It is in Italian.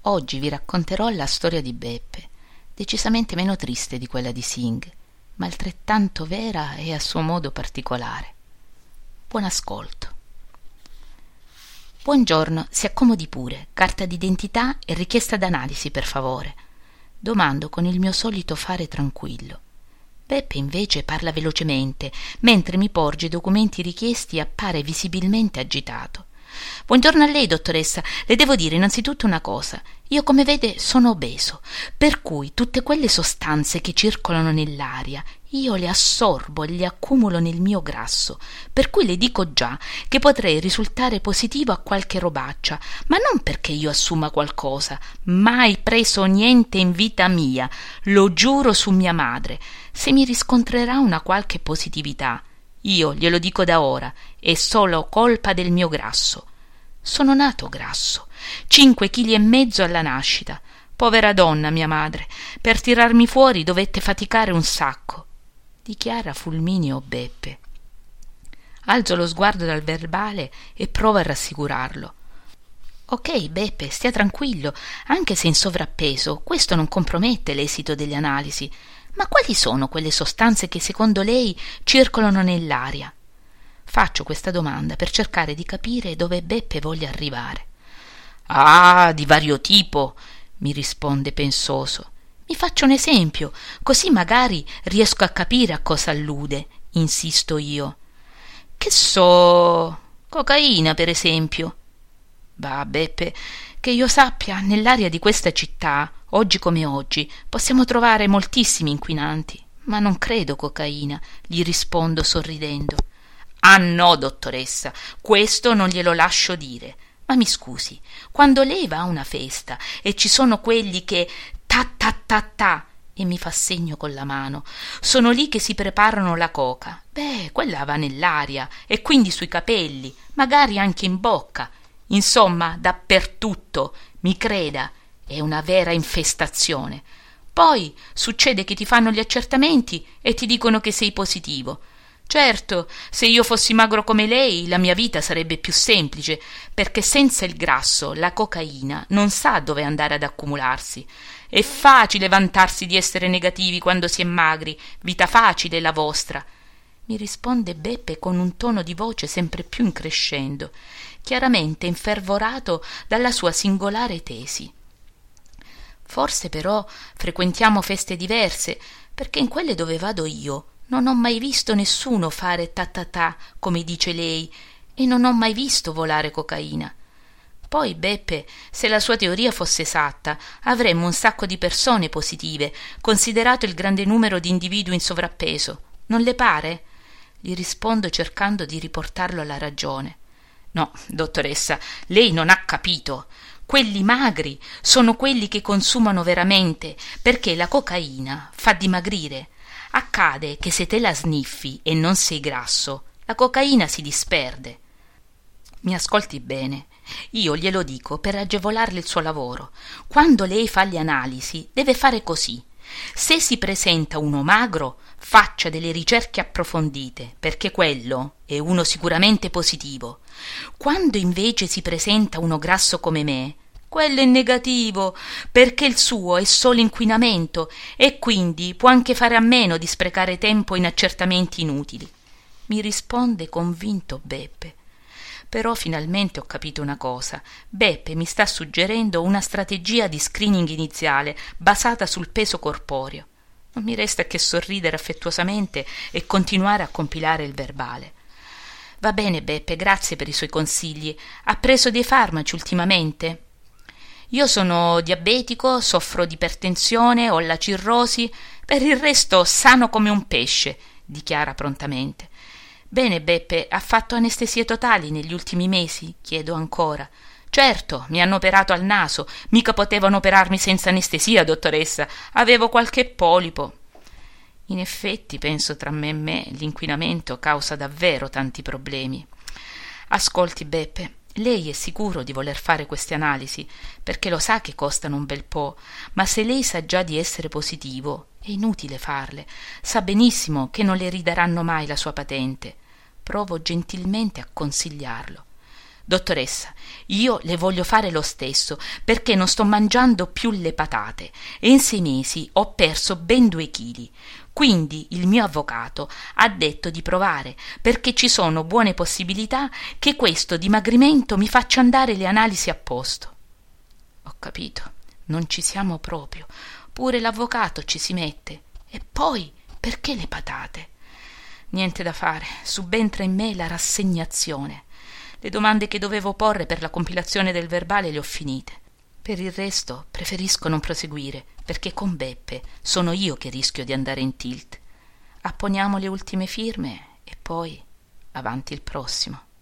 Oggi vi racconterò la storia di Beppe, decisamente meno triste di quella di Singh, ma altrettanto vera e a suo modo particolare. Buon ascolto. Buongiorno, si accomodi pure. Carta d'identità e richiesta d'analisi, per favore. Domando con il mio solito fare tranquillo. Beppe invece parla velocemente, mentre mi porge i documenti richiesti e appare visibilmente agitato. Buongiorno a lei, dottoressa. Le devo dire innanzitutto una cosa. Io, come vede, sono obeso, per cui tutte quelle sostanze che circolano nell'aria io le assorbo e le accumulo nel mio grasso, per cui le dico già che potrei risultare positivo a qualche robaccia, ma non perché io assuma qualcosa. Mai preso niente in vita mia, lo giuro su mia madre. Se mi riscontrerà una qualche positività, io glielo dico da ora, è solo colpa del mio grasso. Sono nato grasso, 5,5 chili alla nascita. Povera donna, mia madre, per tirarmi fuori dovette faticare un sacco, dichiara fulmineo Beppe. Alzo lo sguardo dal verbale e provo a rassicurarlo. Ok, Beppe, stia tranquillo, anche se in sovrappeso, questo non compromette l'esito delle analisi. Ma quali sono quelle sostanze che secondo lei circolano nell'aria? Faccio questa domanda per cercare di capire dove Beppe voglia arrivare. Ah, di vario tipo, mi risponde pensoso. Mi faccio un esempio, così magari riesco a capire a cosa allude, insisto io. Che so, cocaina per esempio. Bah, Beppe, che io sappia, nell'aria di questa città, oggi come oggi, possiamo trovare moltissimi inquinanti, ma non credo cocaina, gli rispondo sorridendo. Ah no, dottoressa, questo non glielo lascio dire. Ma mi scusi, quando lei va a una festa e ci sono quelli che ta ta ta ta e mi fa segno con la mano, sono lì che si preparano la coca, beh, quella va nell'aria e quindi sui capelli, magari anche in bocca, insomma dappertutto, mi creda, è una vera infestazione. Poi succede che ti fanno gli accertamenti e ti dicono che sei positivo. Certo, se io fossi magro come lei, la mia vita sarebbe più semplice, perché senza il grasso la cocaina non sa dove andare ad accumularsi. È facile vantarsi di essere negativi quando si è magri, vita facile la vostra, mi risponde Beppe con un tono di voce sempre più increscendo, chiaramente infervorato dalla sua singolare tesi. Forse però frequentiamo feste diverse, perché in quelle dove vado io non ho mai visto nessuno fare ta ta ta, come dice lei, e non ho mai visto volare cocaina. Poi, Beppe, se la sua teoria fosse esatta, avremmo un sacco di persone positive, considerato il grande numero di individui in sovrappeso. Non le pare? Gli rispondo cercando di riportarlo alla ragione. No, dottoressa, lei non ha capito. Quelli magri sono quelli che consumano veramente, perché la cocaina fa dimagrire. Accade che se te la sniffi e non sei grasso, la cocaina si disperde. Mi ascolti bene, io glielo dico per agevolarle il suo lavoro. Quando lei fa le analisi deve fare così. Se si presenta uno magro, faccia delle ricerche approfondite, perché quello è uno sicuramente positivo. Quando invece si presenta uno grasso come me, quello è negativo, perché il suo è solo inquinamento e quindi può anche fare a meno di sprecare tempo in accertamenti inutili. Mi risponde convinto Beppe. Però finalmente ho capito una cosa. Beppe mi sta suggerendo una strategia di screening iniziale basata sul peso corporeo. Non mi resta che sorridere affettuosamente e continuare a compilare il verbale. Va bene, Beppe, grazie per i suoi consigli. Ha preso dei farmaci ultimamente? Io sono diabetico, soffro di ipertensione, ho la cirrosi, per il resto sano come un pesce, dichiara prontamente. Bene, Beppe, ha fatto anestesie totali negli ultimi mesi? Chiedo ancora. Certo, mi hanno operato al naso, mica potevano operarmi senza anestesia, dottoressa, avevo qualche polipo. In effetti, penso tra me e me, l'inquinamento causa davvero tanti problemi. Ascolti, Beppe, lei è sicuro di voler fare queste analisi, perché lo sa che costano un bel po', ma se lei sa già di essere positivo, è inutile farle. Sa benissimo che non le ridaranno mai la sua patente. Provo gentilmente a consigliarlo. Dottoressa, io le voglio fare lo stesso perché non sto mangiando più le patate e in 6 mesi ho perso ben 2 chili. Quindi il mio avvocato ha detto di provare perché ci sono buone possibilità che questo dimagrimento mi faccia andare le analisi a posto. Ho capito, non ci siamo proprio. Pure l'avvocato ci si mette. E poi, perché le patate? Niente da fare, subentra in me la rassegnazione. Le domande che dovevo porre per la compilazione del verbale le ho finite. Per il resto preferisco non proseguire, perché con Beppe sono io che rischio di andare in tilt. Apponiamo le ultime firme e poi avanti il prossimo.